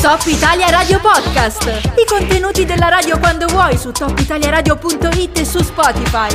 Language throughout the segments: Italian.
Top Italia Radio Podcast. I contenuti della radio quando vuoi su topitaliaradio.it e su Spotify.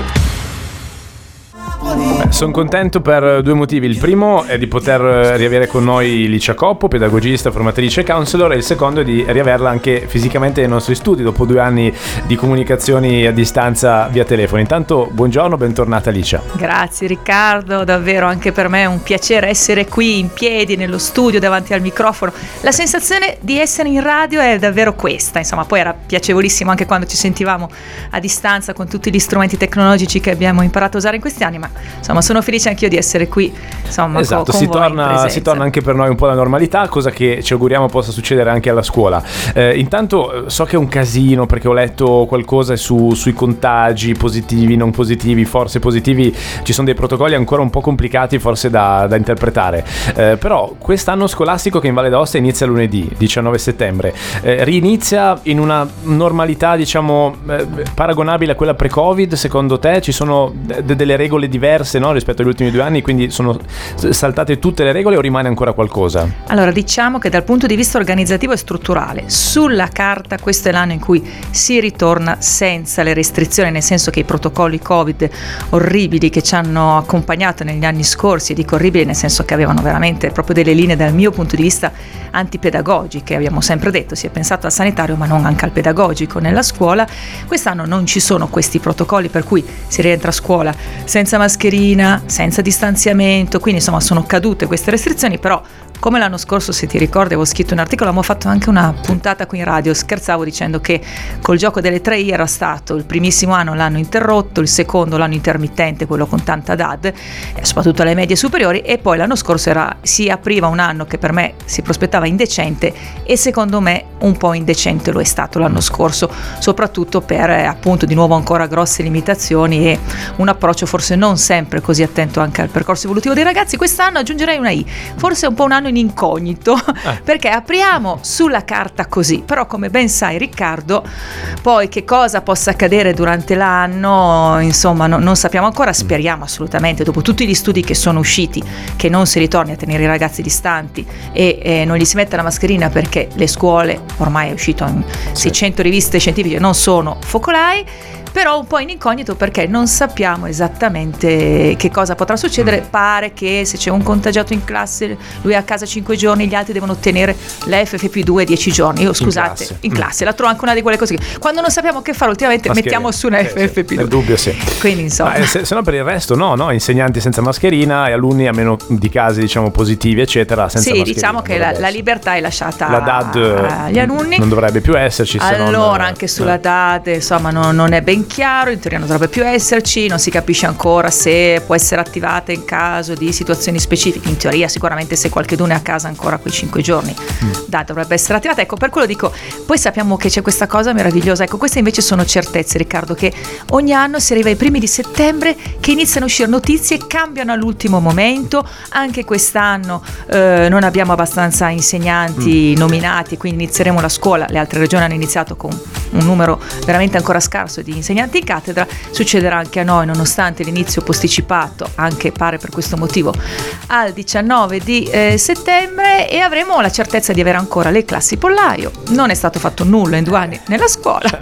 Sono contento per due motivi. Il primo è di poter riavere con noi Licia Coppo, pedagogista, formatrice e counselor, e il secondo è di riaverla anche fisicamente nei nostri studi dopo 2 anni di comunicazioni a distanza via telefono. Intanto buongiorno, bentornata Licia. Grazie Riccardo, davvero anche per me è un piacere essere qui in piedi nello studio davanti al microfono. La sensazione di essere in radio è davvero questa, insomma, poi era piacevolissimo anche quando ci sentivamo a distanza con tutti gli strumenti tecnologici che abbiamo imparato a usare in questi anni, ma insomma sono felice anch'io di essere qui, insomma, esatto, con si voi torna anche per noi un po' la normalità, cosa che ci auguriamo possa succedere anche alla scuola. Intanto so che è un casino perché ho letto qualcosa sui contagi positivi, non positivi, forse positivi, ci sono dei protocolli ancora un po' complicati forse da interpretare, però quest'anno scolastico che in Valle d'Aosta inizia lunedì 19 settembre, rinizia in una normalità diciamo paragonabile a quella pre-Covid. Secondo te ci sono delle regole diverse, no, rispetto agli ultimi 2 anni, quindi sono saltate tutte le regole o rimane ancora qualcosa? Allora, diciamo che dal punto di vista organizzativo e strutturale, sulla carta questo è l'anno in cui si ritorna senza le restrizioni, nel senso che i protocolli Covid orribili che ci hanno accompagnato negli anni scorsi, dico orribili nel senso che avevano veramente proprio delle linee dal mio punto di vista antipedagogiche, abbiamo sempre detto si è pensato al sanitario ma non anche al pedagogico nella scuola. Quest'anno non ci sono questi protocolli per cui si rientra a scuola senza mascherina, senza distanziamento, quindi insomma sono cadute queste restrizioni, però come l'anno scorso, se ti ricordi, avevo scritto un articolo, abbiamo fatto anche una puntata qui in radio, scherzavo dicendo che col gioco delle 3 I era stato il primissimo anno l'anno interrotto, il secondo l'anno intermittente, quello con tanta DAD, e soprattutto alle medie superiori, e poi l'anno scorso si apriva un anno che per me si prospettava indecente, e secondo me un po' indecente lo è stato l'anno scorso, soprattutto per appunto di nuovo ancora grosse limitazioni e un approccio forse non sempre così attento anche al percorso evolutivo dei ragazzi. Quest'anno aggiungerei una I, forse è un po' un anno in incognito, perché apriamo sulla carta così, però come ben sai Riccardo, poi che cosa possa accadere durante l'anno insomma non sappiamo ancora. Speriamo assolutamente, dopo tutti gli studi che sono usciti, che non si ritorni a tenere i ragazzi distanti e non gli si metta la mascherina, perché le scuole, ormai è uscito in 600 riviste scientifiche, non sono focolai, però un po' in incognito perché non sappiamo esattamente che cosa potrà succedere. Pare che se c'è un contagiato in classe, lui è a casa 5 giorni, gli altri devono ottenere la FFP2 10 giorni. Io scusate, in classe la trovo anche una di quelle cose che quando non sappiamo che fare ultimamente mettiamo su una FFP2. Nel dubbio sì. Quindi insomma. Se no per il resto no, insegnanti senza mascherina e alunni a meno di casi diciamo positivi eccetera senza mascherina. Sì, diciamo che la libertà è lasciata la DAD agli alunni. Non dovrebbe più esserci. Allora anche sulla DAD insomma non è ben chiaro, in teoria non dovrebbe più esserci, non si capisce ancora se può essere attivata in caso di situazioni specifiche. In teoria sicuramente se qualcheduno è a casa ancora quei 5 giorni dovrebbe essere attivata. Ecco, per quello dico, poi sappiamo che c'è questa cosa meravigliosa, ecco, queste invece sono certezze Riccardo, che ogni anno si arriva ai primi di settembre che iniziano a uscire notizie, cambiano all'ultimo momento. Anche quest'anno non abbiamo abbastanza insegnanti nominati, quindi inizieremo la scuola, le altre regioni hanno iniziato con un numero veramente ancora scarso di insegnanti in cattedra. Succederà anche a noi, nonostante l'inizio posticipato, anche pare per questo motivo, al 19 di settembre, e avremo la certezza di avere ancora le classi pollaio. Non è stato fatto nulla in 2 anni nella scuola.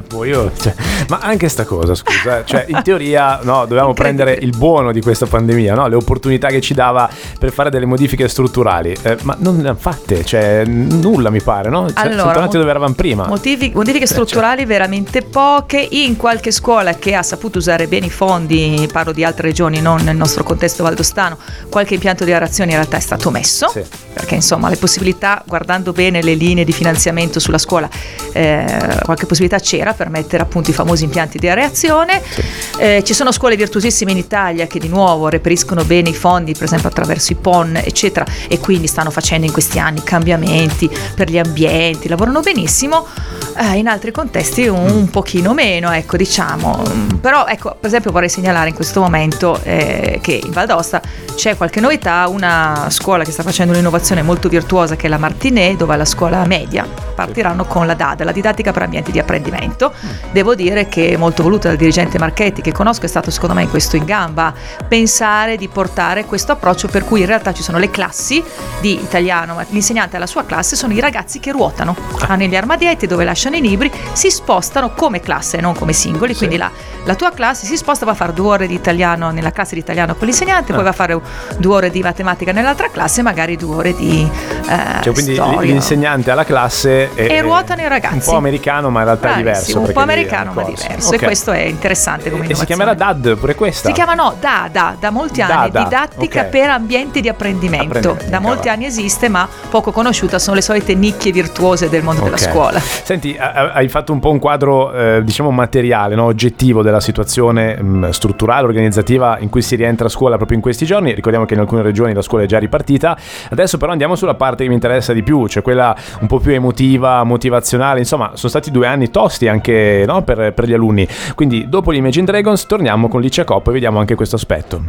Ma anche sta cosa, scusa, cioè in teoria dovevamo prendere il buono di questa pandemia, no? Le opportunità che ci dava per fare delle modifiche strutturali, ma non le hanno fatte, cioè nulla mi pare, no? Allora, siamo tornati dove eravamo prima. Modifiche strutturali veramente poche. In qualche scuola che ha saputo usare bene i fondi, parlo di altre regioni, non nel nostro contesto valdostano, qualche impianto di aerazione in realtà è stato messo, perché insomma le possibilità, guardando bene le linee di finanziamento sulla scuola, qualche possibilità c'era per mettere appunto i famosi impianti di aerazione. Ci sono scuole virtuosissime in Italia che di nuovo reperiscono bene i fondi, per esempio attraverso i PON eccetera, e quindi stanno facendo in questi anni cambiamenti per gli ambienti, lavorano benissimo. in altri contesti un pochino meno, ecco, diciamo. Però ecco, per esempio vorrei segnalare in questo momento che in Val d'Aosta c'è qualche novità, una scuola che sta facendo un'innovazione molto virtuosa che è la Martinet, dove alla scuola media partiranno con la DAD, la didattica per ambienti di apprendimento. Devo dire che è molto voluta dal dirigente Marchetti, che conosco, è stato secondo me in questo in gamba pensare di portare questo approccio per cui in realtà ci sono le classi di italiano, ma l'insegnante alla sua classe sono i ragazzi che ruotano, hanno gli armadietti dove lasciano i libri, si spostano come classe e non come singoli, quindi la tua classe si sposta, va a fare 2 ore di italiano nella classe di italiano con l'insegnante, poi va a fare 2 ore di matematica nell'altra classe, magari 2 ore di cioè, quindi storia. L'insegnante alla classe e ruotano i ragazzi. Un po' americano, ma in realtà è diverso. Un po' americano, ma diverso. Okay. E questo è interessante come innovazione. E si chiamerà DAD pure questa? Si chiama da molti anni, didattica per ambienti di apprendimento. Da molti anni esiste, ma poco conosciuta, sono le solite nicchie virtuose del mondo della scuola. Senti, hai fatto un po' un quadro, diciamo, materiale, no? Oggettivo della situazione strutturale, organizzativa in cui si rientra a scuola proprio in questi giorni. Ricordiamo che in alcune regioni la scuola è già ripartita. Adesso però andiamo sulla parte che mi interessa di più, cioè quella un po' più emotiva, motivazionale. Insomma, sono stati 2 anni tosti anche, no? per gli alunni. Quindi dopo gli Imagine Dragons torniamo con Licia Coppo e vediamo anche questo aspetto.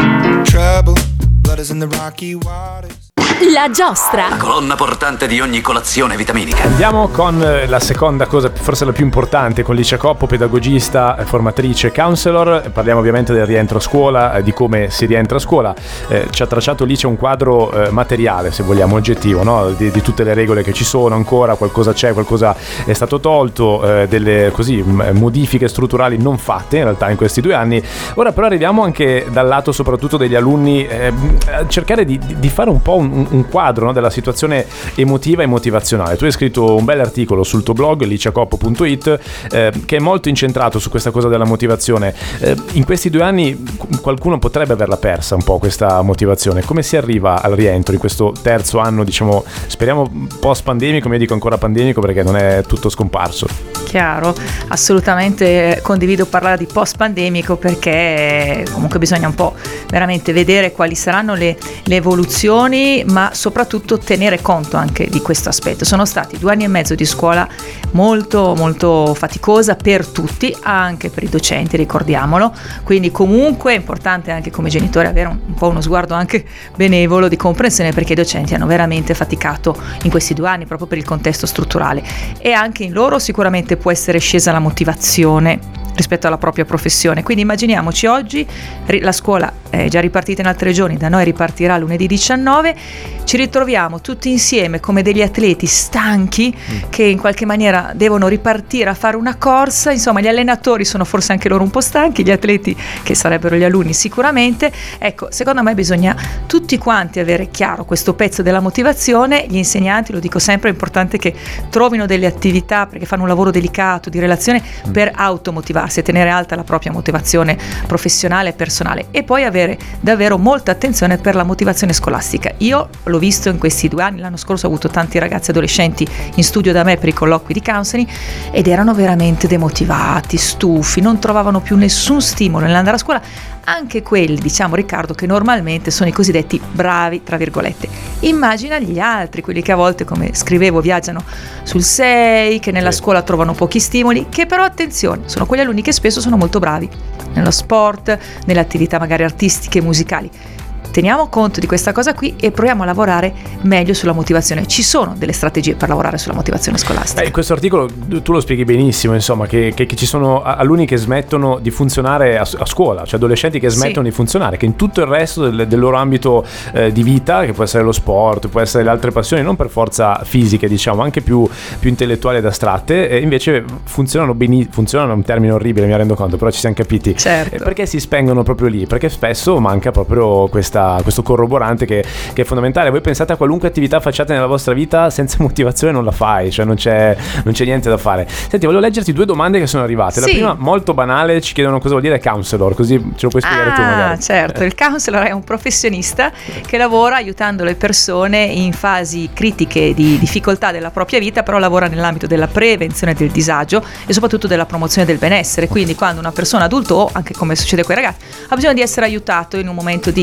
La giostra, la colonna portante di ogni colazione vitaminica. Andiamo con la seconda cosa, forse la più importante, con Licia Coppo, pedagogista, formatrice, counselor. Parliamo ovviamente del rientro a scuola, di come si rientra a scuola. Ci ha tracciato Licia un quadro materiale, se vogliamo, oggettivo, no? di tutte le regole che ci sono ancora, qualcosa c'è, qualcosa è stato tolto, delle modifiche strutturali non fatte in realtà in questi 2 anni. Ora però arriviamo anche dal lato soprattutto degli alunni, a cercare di fare un po' un quadro, no, della situazione emotiva e motivazionale. Tu hai scritto un bel articolo sul tuo blog liciacoppo.it che è molto incentrato su questa cosa della motivazione. In questi 2 anni qualcuno potrebbe averla persa un po' questa motivazione. Come si arriva al rientro in questo terzo anno, diciamo, speriamo post pandemico, ma io dico ancora pandemico perché non è tutto scomparso. Chiaro, assolutamente condivido parlare di post pandemico, perché comunque bisogna un po' veramente vedere quali saranno le evoluzioni, ma soprattutto tenere conto anche di questo aspetto. Sono stati 2 anni e mezzo di scuola molto molto faticosa per tutti, anche per i docenti, ricordiamolo, quindi comunque è importante anche come genitore avere un po' uno sguardo anche benevolo di comprensione, perché i docenti hanno veramente faticato in questi 2 anni proprio per il contesto strutturale, e anche in loro sicuramente può essere scesa la motivazione rispetto alla propria professione. Quindi immaginiamoci oggi la scuola è già ripartita in altre regioni, da noi ripartirà lunedì 19, ci ritroviamo tutti insieme come degli atleti stanchi che in qualche maniera devono ripartire a fare una corsa. Insomma, gli allenatori sono forse anche loro un po' stanchi, gli atleti, che sarebbero gli alunni, sicuramente. Ecco, secondo me bisogna tutti quanti avere chiaro questo pezzo della motivazione. Gli insegnanti, lo dico sempre, è importante che trovino delle attività, perché fanno un lavoro delicato di relazione, per automotivarsi e tenere alta la propria motivazione professionale e personale, e poi avere davvero molta attenzione per la motivazione scolastica. Io l'ho visto in questi 2 anni, l'anno scorso ho avuto tanti ragazzi adolescenti in studio da me per i colloqui di counseling ed erano veramente demotivati, stufi, non trovavano più nessun stimolo nell'andare a scuola, anche quelli, diciamo Riccardo, che normalmente sono i cosiddetti bravi, tra virgolette. Immagina gli altri, quelli che a volte, come scrivevo, viaggiano sul 6, che nella scuola trovano pochi stimoli, che però, attenzione, sono quegli alunni che spesso sono molto bravi nello sport, nelle attività magari artistiche e musicali. Teniamo conto di questa cosa qui e proviamo a lavorare meglio sulla motivazione. Ci sono delle strategie per lavorare sulla motivazione scolastica. In questo articolo tu lo spieghi benissimo, insomma, che ci sono alunni che smettono di funzionare a scuola, cioè adolescenti che smettono di funzionare, che in tutto il resto del loro ambito di vita, che può essere lo sport, può essere le altre passioni, non per forza fisiche, diciamo, anche più intellettuali ed astratte, e invece funzionano è un termine orribile, mi rendo conto, però ci siamo capiti. Certo. Perché si spengono proprio lì? Perché spesso manca proprio questo corroborante che è fondamentale. Voi pensate a qualunque attività facciate nella vostra vita, senza motivazione non la fai, cioè non c'è niente da fare. Senti, volevo leggerti 2 domande che sono arrivate. La prima, molto banale, ci chiedono cosa vuol dire counselor, così ce lo puoi spiegare tu magari. Certo, il counselor è un professionista che lavora aiutando le persone in fasi critiche di difficoltà della propria vita, però lavora nell'ambito della prevenzione del disagio e soprattutto della promozione del benessere. Quindi quando una persona adulto, o anche come succede con i ragazzi, ha bisogno di essere aiutato in un momento di decisione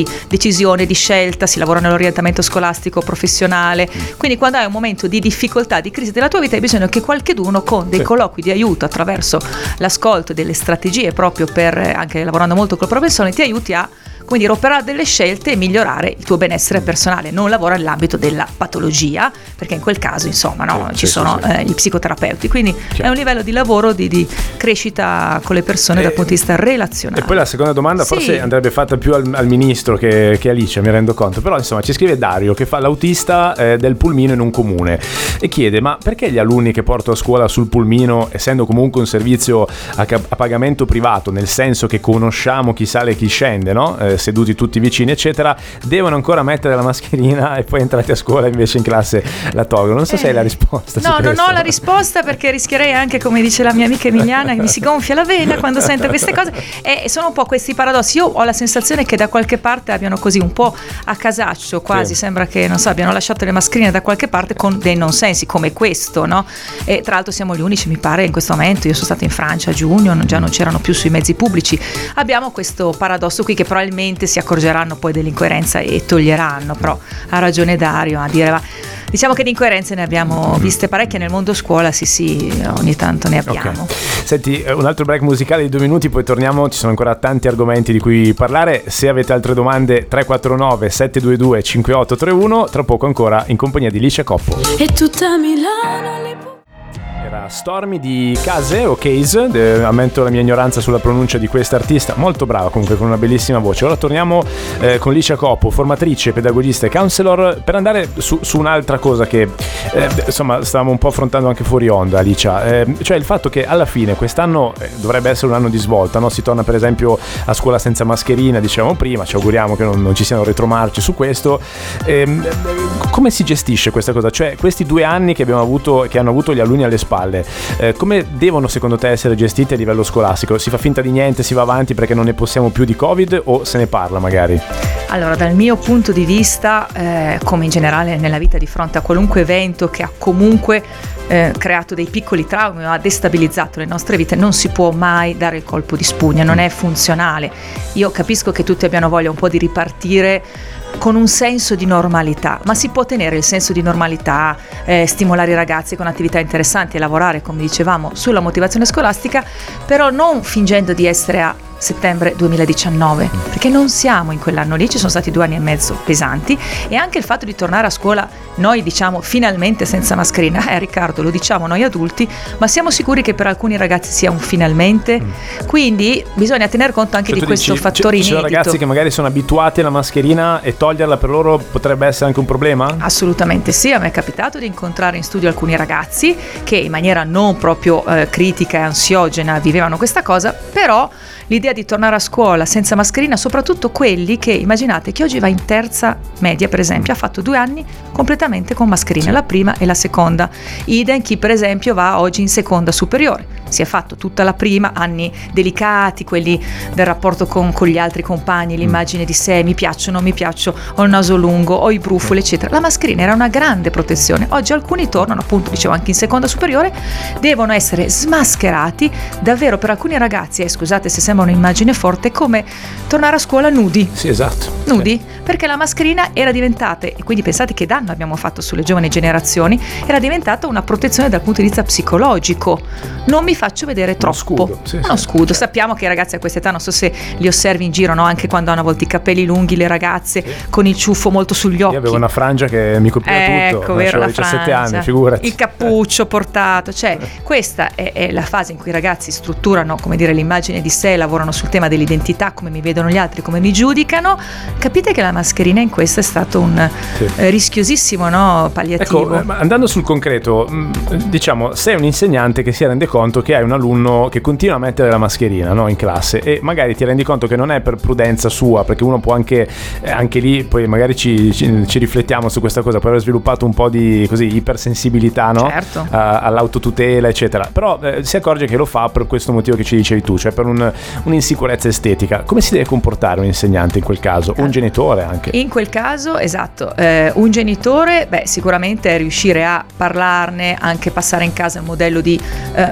decisione, di scelta, si lavora nell'orientamento scolastico professionale, quindi quando hai un momento di difficoltà, di crisi della tua vita, hai bisogno che qualcheduno con dei colloqui di aiuto attraverso l'ascolto e delle strategie, proprio per, anche lavorando molto con le professioni, ti aiuti a, come dire, operare delle scelte e migliorare il tuo benessere personale. Non lavora nell'ambito della patologia, perché in quel caso insomma ci sono gli psicoterapeuti, quindi è un livello di lavoro di crescita con le persone dal punto di vista relazionale. E poi la seconda domanda forse andrebbe fatta più al ministro che Alice, mi rendo conto, però insomma ci scrive Dario che fa l'autista del pulmino in un comune e chiede: ma perché gli alunni che porto a scuola sul pulmino, essendo comunque un servizio a pagamento privato, nel senso che conosciamo chi sale e chi scende, no? Seduti tutti vicini eccetera, devono ancora mettere la mascherina e poi entrati a scuola invece in classe la tolgono? Non so se hai la risposta. No, non ho la risposta, perché rischierei anche, come dice la mia amica Emiliana, che mi si gonfia la vena quando sento queste cose, e sono un po' questi paradossi. Io ho la sensazione che da qualche parte abbiano così un po' a casaccio quasi, sembra che non so, abbiano lasciato le mascherine da qualche parte con dei nonsensi come questo, no? E tra l'altro siamo gli unici, mi pare, in questo momento. Io sono stata in Francia a giugno, già non c'erano più sui mezzi pubblici. Abbiamo questo paradosso qui che probabilmente si accorgeranno poi dell'incoerenza e toglieranno, però ha ragione Dario a dire, diciamo che di incoerenze ne abbiamo viste parecchie nel mondo scuola, sì, ogni tanto ne abbiamo. Okay. Senti, un altro break musicale di 2 minuti, poi torniamo, ci sono ancora tanti argomenti di cui parlare. Se avete altre domande 349 722 5831, tra poco ancora in compagnia di Licia Coppo. E tutta Milano Era Stormy di Case o Case, ammetto la mia ignoranza sulla pronuncia di questa artista, molto brava comunque, con una bellissima voce. Ora torniamo con Licia Coppo, formatrice, pedagogista e counselor, per andare su un'altra cosa che insomma stavamo un po' affrontando anche fuori onda, Licia, cioè il fatto che alla fine quest'anno dovrebbe essere un anno di svolta, no? Si torna per esempio a scuola senza mascherina, dicevamo prima, ci auguriamo che non ci siano retromarci su questo. Come si gestisce questa cosa? Cioè questi 2 anni che abbiamo avuto, che hanno avuto gli alunni alle spalle, come devono secondo te essere gestiti a livello scolastico? Si fa finta di niente, si va avanti perché non ne possiamo più di Covid, o se ne parla magari? Allora, dal mio punto di vista, come in generale nella vita, di fronte a qualunque evento che ha comunque creato dei piccoli traumi o ha destabilizzato le nostre vite, non si può mai dare il colpo di spugna, non è funzionale. Io capisco che tutti abbiano voglia un po' di ripartire con un senso di normalità, ma si può tenere il senso di normalità, stimolare i ragazzi con attività interessanti e lavorare, come dicevamo, sulla motivazione scolastica, però non fingendo di essere a settembre 2019, perché non siamo in quell'anno lì. Ci sono stati 2 anni e mezzo pesanti, e anche il fatto di tornare a scuola, noi diciamo finalmente senza mascherina, Riccardo, lo diciamo noi adulti, ma siamo sicuri che per alcuni ragazzi sia un finalmente? Quindi bisogna tener conto anche di questo fattore inedito. Ci sono ragazzi che magari sono abituati alla mascherina e toglierla per loro potrebbe essere anche un problema? Assolutamente sì, a me è capitato di incontrare in studio alcuni ragazzi che in maniera non proprio critica e ansiogena vivevano questa cosa, però l'idea di tornare a scuola senza mascherina, soprattutto quelli che, immaginate, chi oggi va in terza media per esempio, ha fatto 2 anni completamente con mascherina, la prima e la seconda. Idem chi per esempio va oggi in seconda superiore, si è fatto tutta la prima, anni delicati, quelli del rapporto con gli altri compagni, l'immagine di sé, mi piaccio, non mi piaccio, ho il naso lungo, ho i brufoli eccetera. La mascherina era una grande protezione. Oggi alcuni tornano, appunto dicevo, anche in seconda superiore, devono essere smascherati davvero. Per alcuni ragazzi, scusate se sembra un'immagine forte, come tornare a scuola nudi. Sì, esatto. Nudi, perché la mascherina era diventata, e quindi pensate che danno abbiamo fatto sulle giovani generazioni, era diventata una protezione dal punto di vista psicologico. Non mi faccio vedere troppo. Scudo, uno scudo. Sappiamo che i ragazzi a questa età, non so se li osservi in giro, no? Anche quando hanno a volte i capelli lunghi, le ragazze con il ciuffo molto sugli occhi. Io avevo una frangia che mi copriva tutto, vero, avevo 17 anni, figurati. Il cappuccio portato, cioè questa è la fase in cui i ragazzi strutturano, come dire, l'immagine di sé, lavorano sul tema dell'identità, come mi vedono gli altri, come mi giudicano. Capite che la mascherina in questo è stato un rischiosissimo, no, palliativo. Ecco, andando sul concreto, diciamo, sei un insegnante che si rende conto che hai un alunno che continua a mettere la mascherina, no, in classe, e magari ti rendi conto che non è per prudenza sua, perché uno può anche lì, poi magari ci riflettiamo su questa cosa, può aver sviluppato un po' di così ipersensibilità, no? Certo. All'autotutela eccetera, però si accorge che lo fa per questo motivo che ci dicevi tu, cioè per un'insicurezza estetica. Come si deve comportare un insegnante in quel caso? Un genitore anche? In quel caso, esatto, un genitore, sicuramente è riuscire a parlarne, anche passare in casa il modello di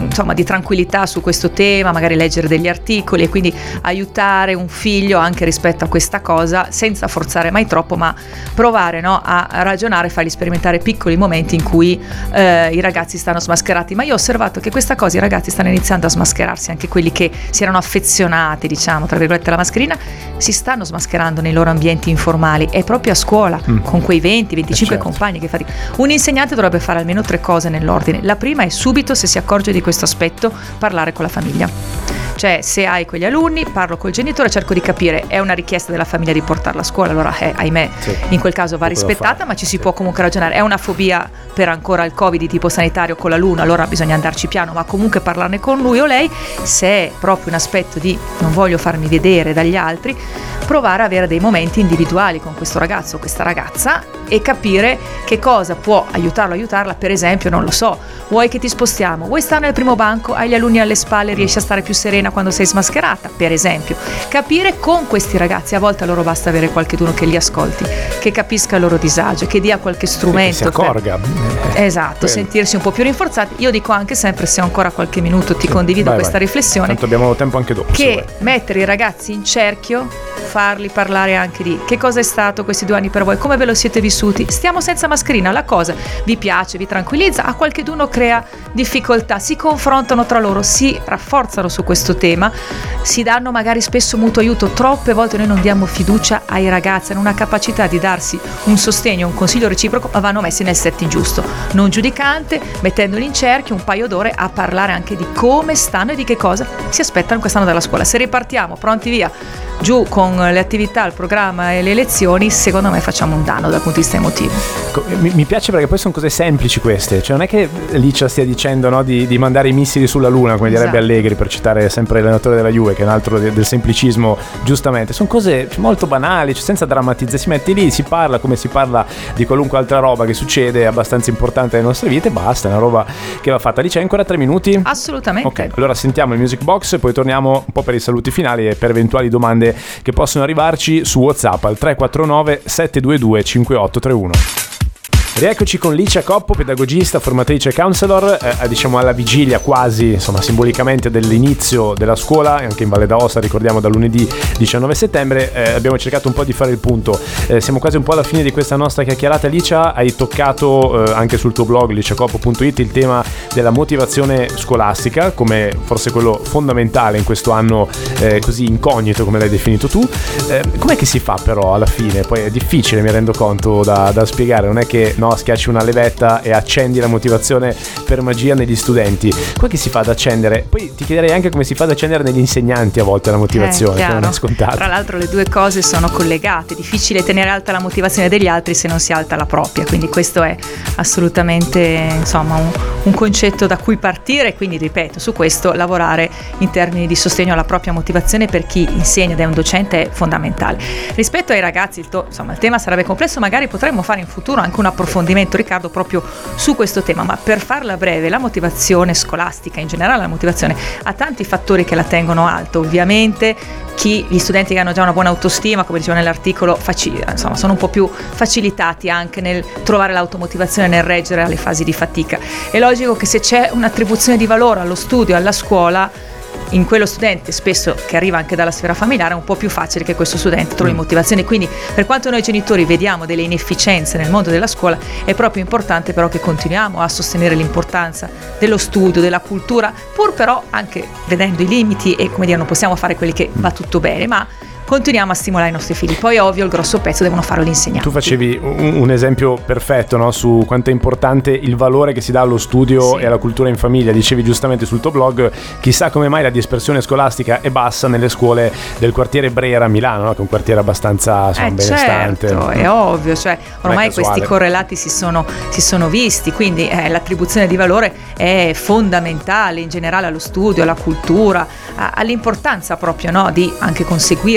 insomma, di tranquillità su questo tema, magari leggere degli articoli e quindi aiutare un figlio anche rispetto a questa cosa senza forzare mai troppo, ma provare, no, a ragionare, fargli sperimentare piccoli momenti in cui i ragazzi stanno smascherati. Ma io ho osservato che questa cosa i ragazzi stanno iniziando a smascherarsi, anche quelli che si erano affezionati, diciamo, tra virgolette, alla mascherina, si stanno smascherando nei loro ambienti informali, e proprio a scuola con quei 20-25 certo. compagni che fate. Un insegnante dovrebbe fare almeno 3 cose nell'ordine. La prima è subito, se si accorge di questo aspetto, parlare con la famiglia. Cioè, se hai quegli alunni, parlo col genitore, cerco di capire, è una richiesta della famiglia di portarla a scuola, allora ahimè, sì, in quel caso va rispettata, ma ci si può comunque ragionare. È una fobia per ancora il Covid di tipo sanitario con l'alunno, allora bisogna andarci piano, ma comunque parlarne con lui o lei. Se è proprio un aspetto di non voglio farmi vedere dagli altri, provare a avere dei momenti individuali con questo ragazzo o questa ragazza e capire che cosa può aiutarla. Per esempio, non lo so, vuoi che ti spostiamo, vuoi stare nel primo banco, hai gli alunni alle spalle, riesci a stare più serena quando sei smascherata, per esempio. Capire con questi ragazzi, a volte a loro basta avere qualcuno che li ascolti, che capisca il loro disagio, che dia qualche strumento, sì, che si accorga. Esatto, sentirsi un po' più rinforzati. Io dico anche sempre, se ho ancora qualche minuto ti condivido questa riflessione, tanto abbiamo tempo anche dopo, che mettere i ragazzi in cerchio, farli parlare anche di che cosa è stato questi 2 anni per voi, come ve lo siete vissuti. Stiamo senza mascherina, la cosa vi piace, vi tranquillizza, a qualcheduno crea difficoltà, si confrontano tra loro, si rafforzano su questo tema, si danno magari spesso mutuo aiuto. Troppe volte noi non diamo fiducia ai ragazzi, hanno una capacità di darsi un sostegno, un consiglio reciproco, ma vanno messi nel setting giusto, non giudicante, mettendoli in cerchio un paio d'ore a parlare anche di come stanno e di che cosa si aspettano quest'anno dalla scuola. Se ripartiamo pronti via giù con le attività, il programma e le lezioni, secondo me facciamo un danno dal punto di vista emotivo. Mi piace perché poi sono cose semplici queste, cioè non è che Licia stia dicendo, no, di mandare i missili sulla luna, come direbbe Allegri, per citare sempre l'allenatore della Juve, che è un altro del semplicismo, giustamente. Sono cose molto banali, cioè senza drammatizzare, si mette lì, si parla come si parla di qualunque altra roba che succede, è abbastanza importante nelle nostre vite, basta, è una roba che va fatta. Licia, ancora 3 minuti? Assolutamente. Ok, allora sentiamo il Music Box e poi torniamo un po' per i saluti finali e per eventuali domande che possono arrivarci su WhatsApp al 349 722 5831. Rieccoci con Licia Coppo, pedagogista, formatrice e counselor, diciamo alla vigilia quasi, insomma simbolicamente, dell'inizio della scuola, anche in Valle d'Aosta, ricordiamo da lunedì 19 settembre, abbiamo cercato un po' di fare il punto, siamo quasi un po' alla fine di questa nostra chiacchierata. Licia, hai toccato anche sul tuo blog liciacoppo.it il tema della motivazione scolastica, come forse quello fondamentale in questo anno così incognito, come l'hai definito tu. Com'è che si fa però alla fine? Poi è difficile, mi rendo conto, da spiegare, non è che schiacci una levetta e accendi la motivazione per magia negli studenti. Come che si fa ad accendere? Poi ti chiederei anche come si fa ad accendere negli insegnanti a volte la motivazione, che non è scontato. Tra l'altro le 2 cose sono collegate, difficile tenere alta la motivazione degli altri se non si alta la propria, quindi questo è assolutamente, insomma, un concetto da cui partire, quindi ripeto, su questo lavorare in termini di sostegno alla propria motivazione per chi insegna ed è un docente è fondamentale. Rispetto ai ragazzi, insomma, il tema sarebbe complesso, magari potremmo fare in futuro anche un approfondimento, Riccardo, proprio su questo tema, ma per farla breve, la motivazione scolastica, in generale la motivazione, ha tanti fattori che la tengono alta. Ovviamente gli studenti che hanno già una buona autostima, come diceva nell'articolo, insomma, sono un po' più facilitati anche nel trovare l'automotivazione, nel reggere alle fasi di fatica. È logico che se c'è un'attribuzione di valore allo studio, alla scuola, in quello studente, spesso che arriva anche dalla sfera familiare, è un po' più facile che questo studente trovi motivazione. Quindi, per quanto noi genitori vediamo delle inefficienze nel mondo della scuola, è proprio importante però che continuiamo a sostenere l'importanza dello studio, della cultura, pur però anche vedendo i limiti e, come dire, non possiamo fare quelli che va tutto bene, ma continuiamo a stimolare i nostri figli. Poi ovvio il grosso pezzo devono farlo gli insegnanti. Tu facevi un esempio perfetto, no? Su quanto è importante il valore che si dà allo studio e alla cultura in famiglia. Dicevi giustamente sul tuo blog, chissà come mai la dispersione scolastica è bassa nelle scuole del quartiere Brera a Milano, no? Che è un quartiere abbastanza benestante. Certo, è ovvio, cioè ormai questi correlati si sono visti, quindi l'attribuzione di valore è fondamentale in generale allo studio, alla cultura, all'importanza proprio, no? Di anche conseguire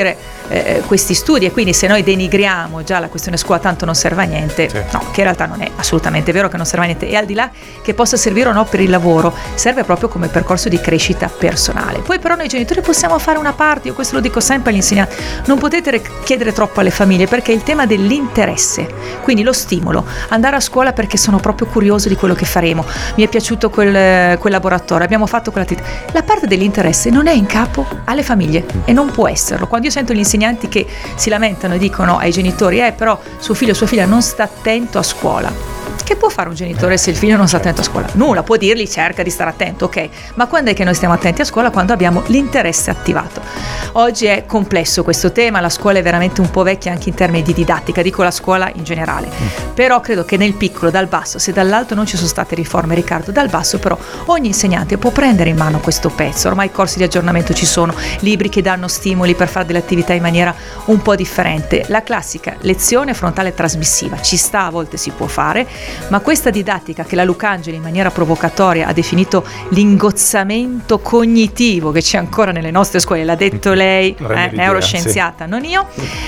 questi studi, e quindi se noi denigriamo già la questione scuola tanto non serve a niente, no, che in realtà non è assolutamente vero che non serve a niente, e al di là che possa servire o no per il lavoro, serve proprio come percorso di crescita personale. Poi però noi genitori possiamo fare una parte, io questo lo dico sempre agli insegnanti, non potete chiedere troppo alle famiglie, perché il tema dell'interesse, quindi lo stimolo, andare a scuola perché sono proprio curioso di quello che faremo, mi è piaciuto quel laboratorio, abbiamo fatto quell'attività, la parte dell'interesse non è in capo alle famiglie e non può esserlo. Quando io sento gli insegnanti che si lamentano e dicono ai genitori però suo figlio o sua figlia non sta attento a scuola, che può fare un genitore se il figlio non sta attento a scuola? Nulla, può dirgli cerca di stare attento, ok, ma quando è che noi stiamo attenti a scuola? Quando abbiamo l'interesse attivato. Oggi è complesso questo tema, la scuola è veramente un po' vecchia anche in termini di didattica, dico la scuola in generale, però credo che nel piccolo, dal basso, se dall'alto non ci sono state riforme, Riccardo, dal basso però ogni insegnante può prendere in mano questo pezzo, ormai corsi di aggiornamento ci sono, libri che danno stimoli per fare delle attività in maniera un po' differente, la classica lezione frontale trasmissiva ci sta, a volte si può fare, ma questa didattica che la Lucangeli in maniera provocatoria ha definito l'ingozzamento cognitivo che c'è ancora nelle nostre scuole, l'ha detto lei, neuroscienziata, non io,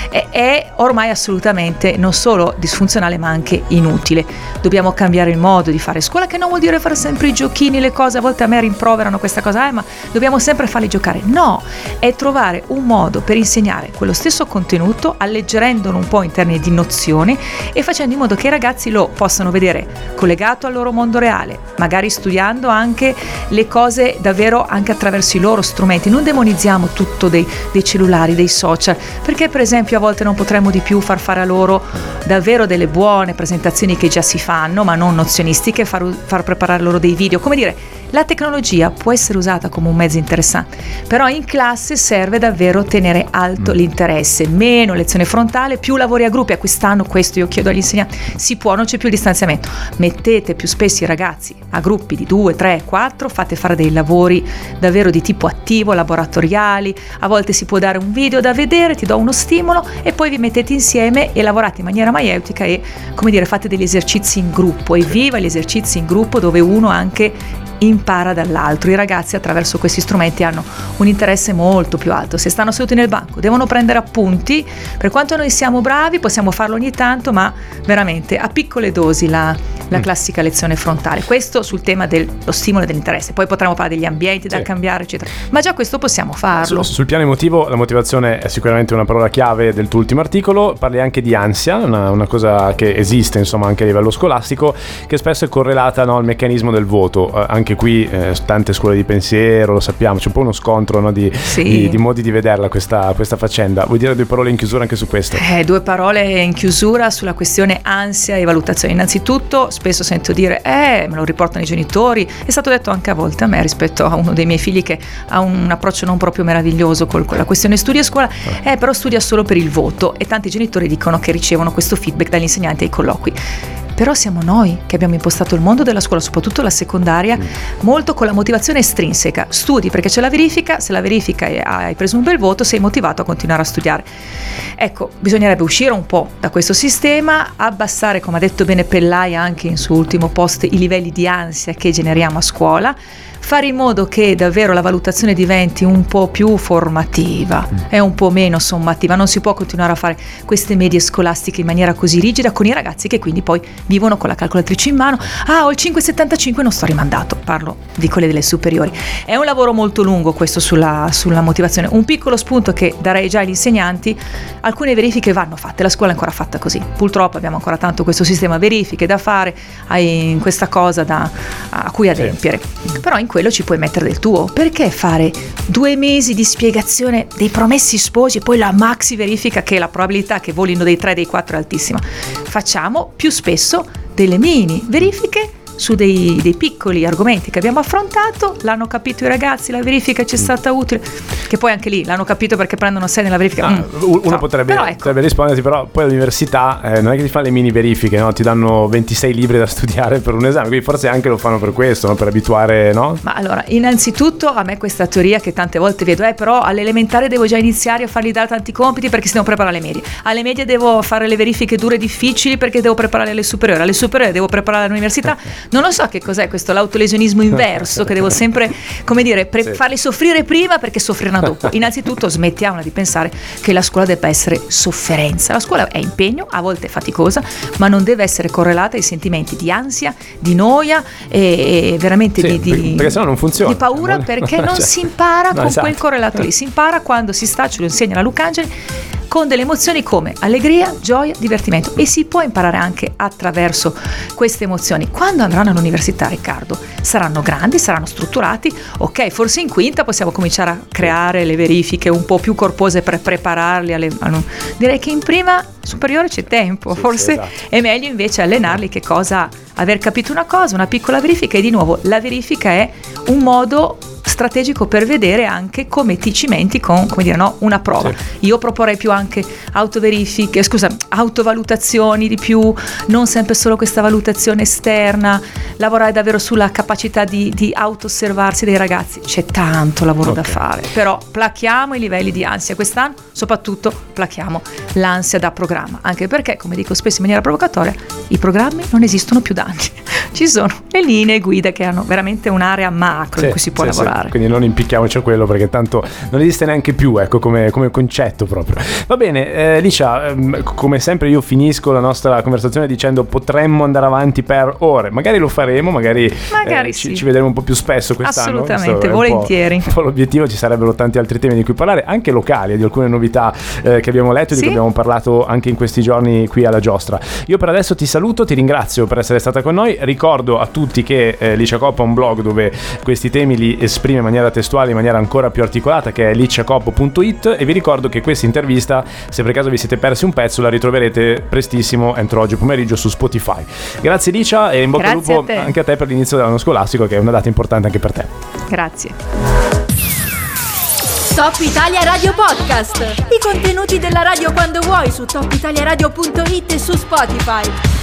è ormai assolutamente non solo disfunzionale ma anche inutile. Dobbiamo cambiare il modo di fare scuola, che non vuol dire fare sempre i giochini, le cose, a volte a me rimproverano questa cosa, ma dobbiamo sempre farli giocare. No, è trovare un modo per insegnare quello stesso contenuto, alleggerendolo un po' in termini di nozioni e facendo in modo che i ragazzi lo possano vedere collegato al loro mondo reale, magari studiando anche le cose davvero anche attraverso i loro strumenti. Non demonizziamo tutto dei cellulari, dei social, perché per esempio a volte non potremmo di più far fare a loro davvero delle buone presentazioni che già si fanno, ma non nozionistiche, far preparare loro dei video, come dire. La tecnologia può essere usata come un mezzo interessante, però in classe serve davvero tenere alto l'interesse, meno lezione frontale, più lavori a gruppi. A quest'anno questo io chiedo agli insegnanti, si può, non c'è più il distanziamento, mettete più spesso i ragazzi a gruppi di 2, 3, 4, fate fare dei lavori davvero di tipo attivo, laboratoriali, a volte si può dare un video da vedere, ti do uno stimolo e poi vi mettete insieme e lavorate in maniera maieutica e, come dire, fate degli esercizi in gruppo. Evviva gli esercizi in gruppo dove uno anche impara dall'altro. I ragazzi attraverso questi strumenti hanno un interesse molto più alto. Se stanno seduti nel banco devono prendere appunti, per quanto noi siamo bravi possiamo farlo ogni tanto, ma veramente a piccole dosi la classica lezione frontale. Questo sul tema dello stimolo dell'interesse. Poi potremo parlare degli ambienti da cambiare eccetera, ma già questo possiamo farlo. Sul piano emotivo la motivazione è sicuramente una parola chiave del tuo ultimo articolo. Parli anche di ansia, una cosa che esiste insomma anche a livello scolastico, che spesso è correlata al meccanismo del voto. Anche qui tante scuole di pensiero, lo sappiamo, c'è un po' uno scontro di modi di vederla questa faccenda. Vuoi dire due parole in chiusura anche su questo? Due parole in chiusura sulla questione ansia e valutazione. Innanzitutto spesso sento dire me lo riportano i genitori, è stato detto anche a volte a me rispetto a uno dei miei figli che ha un approccio non proprio meraviglioso con la questione studio a scuola, però studia solo per il voto, e tanti genitori dicono che ricevono questo feedback dagli insegnanti ai colloqui. Però siamo noi che abbiamo impostato il mondo della scuola, soprattutto la secondaria, molto con la motivazione estrinseca. Studi perché c'è la verifica, se la verifica hai preso un bel voto, sei motivato a continuare a studiare. Ecco, bisognerebbe uscire un po' da questo sistema, abbassare, come ha detto bene Pellai anche in suo ultimo post, i livelli di ansia che generiamo a scuola, fare in modo che davvero la valutazione diventi un po' più formativa e un po' meno sommativa. Non si può continuare a fare queste medie scolastiche in maniera così rigida con i ragazzi che quindi poi vivono con la calcolatrice in mano. Ho il 5,75 non sto rimandato, parlo di quelle delle superiori. È un lavoro molto lungo questo sulla motivazione. Un piccolo spunto che darei già agli insegnanti: alcune verifiche vanno fatte, la scuola è ancora fatta così, purtroppo abbiamo ancora tanto questo sistema verifiche da fare, hai questa cosa a cui adempiere, però in quello ci puoi mettere del tuo. Perché fare 2 mesi di spiegazione dei promessi sposi e poi la maxi verifica che la probabilità che volino dei 3 dei 4 è altissima? Facciamo più spesso delle mini verifiche su dei piccoli argomenti che abbiamo affrontato. L'hanno capito i ragazzi, la verifica ci è stata utile, che poi anche lì l'hanno capito perché prendono 6 nella verifica. Uno potrebbe risponderti, però poi all'università non è che ti fa le mini verifiche, no? Ti danno 26 libri da studiare per un esame, quindi forse anche lo fanno per questo, no? Per abituare, no? Ma allora, innanzitutto a me questa teoria che tante volte vedo però all'elementare devo già iniziare a fargli dare tanti compiti perché si devo preparare alle medie devo fare le verifiche dure e difficili perché devo preparare alle superiori devo preparare all'università. Non lo so che cos'è questo, l'autolesionismo inverso, che devo sempre, come dire, farli soffrire prima perché soffriranno dopo. Innanzitutto smettiamola di pensare che la scuola debba essere sofferenza. La scuola è impegno, a volte è faticosa, ma non deve essere correlata ai sentimenti di ansia, di noia e veramente perché sennò non funziona. Di paura, perché non si impara con quel correlato lì. Si impara quando si sta, ce lo insegna la Lucangeli, con delle emozioni come allegria, gioia, divertimento, e si può imparare anche attraverso queste emozioni. Quando andranno all'università, Riccardo, saranno grandi, saranno strutturati, ok, forse in quinta possiamo cominciare a creare le verifiche un po' più corpose per prepararli direi che in prima superiore c'è tempo, forse esatto. È meglio invece allenarli che cosa, aver capito una cosa, una piccola verifica, e di nuovo la verifica è un modo strategico per vedere anche come ti cimenti con, come dire, no, una prova. Sì. Io proporrei più anche autovalutazioni di più, non sempre solo questa valutazione esterna, lavorare davvero sulla capacità di auto-osservarsi dei ragazzi. C'è tanto lavoro da fare, però plachiamo i livelli di ansia quest'anno, soprattutto plachiamo l'ansia da programma, anche perché, come dico spesso in maniera provocatoria, i programmi non esistono più da anni. Ci sono le linee guida che hanno veramente un'area macro in cui si può lavorare. Quindi non impicchiamoci a quello, perché tanto non esiste neanche più, ecco, come concetto proprio. Va bene, Licia, come sempre io finisco la nostra conversazione dicendo potremmo andare avanti per ore, magari lo faremo, magari sì. ci vedremo un po' più spesso quest'anno. Assolutamente, volentieri. Un po' l'obiettivo. Ci sarebbero tanti altri temi di cui parlare, anche locali, di alcune novità che abbiamo letto e di cui abbiamo parlato anche in questi giorni qui alla Giostra. Io per adesso ti saluto, ti ringrazio per essere stata con noi. Ricordo a tutti che Licia Coppo ha un blog dove questi temi li esprime in maniera testuale, in maniera ancora più articolata, che è liciacoppo.it, e vi ricordo che questa intervista, se per caso vi siete persi un pezzo, la ritroverete prestissimo entro oggi pomeriggio su Spotify. Grazie Licia, e in bocca al lupo anche a te per l'inizio dell'anno scolastico, che è una data importante anche per te. Grazie. Top Italia Radio Podcast. I contenuti della radio quando vuoi su topitaliaradio.it e su Spotify.